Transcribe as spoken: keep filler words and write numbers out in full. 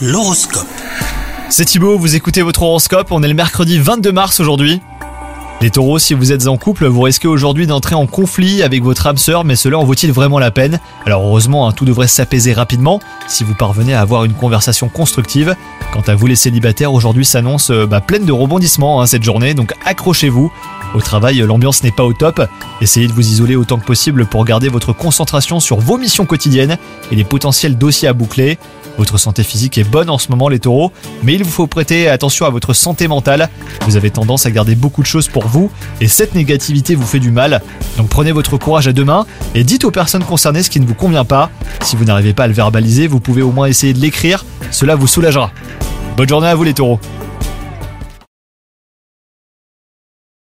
L'horoscope. C'est Thibaut, vous écoutez votre horoscope, on est le mercredi vingt-deux mars aujourd'hui. Les taureaux, si vous êtes en couple, vous risquez aujourd'hui d'entrer en conflit avec votre âme sœur, mais cela en vaut-il vraiment la peine? Alors heureusement, hein, tout devrait s'apaiser rapidement si vous parvenez à avoir une conversation constructive. Quant à vous les célibataires, aujourd'hui s'annonce euh, bah, pleine de rebondissements hein, cette journée, donc accrochez-vous. Au travail, l'ambiance n'est pas au top. Essayez de vous isoler autant que possible pour garder votre concentration sur vos missions quotidiennes et les potentiels dossiers à boucler. Votre santé physique est bonne en ce moment les taureaux, mais il vous faut prêter attention à votre santé mentale. Vous avez tendance à garder beaucoup de choses pour vous et cette négativité vous fait du mal. Donc prenez votre courage à deux mains et dites aux personnes concernées ce qui ne vous convient pas. Si vous n'arrivez pas à le verbaliser, vous pouvez au moins essayer de l'écrire, cela vous soulagera. Bonne journée à vous les taureaux.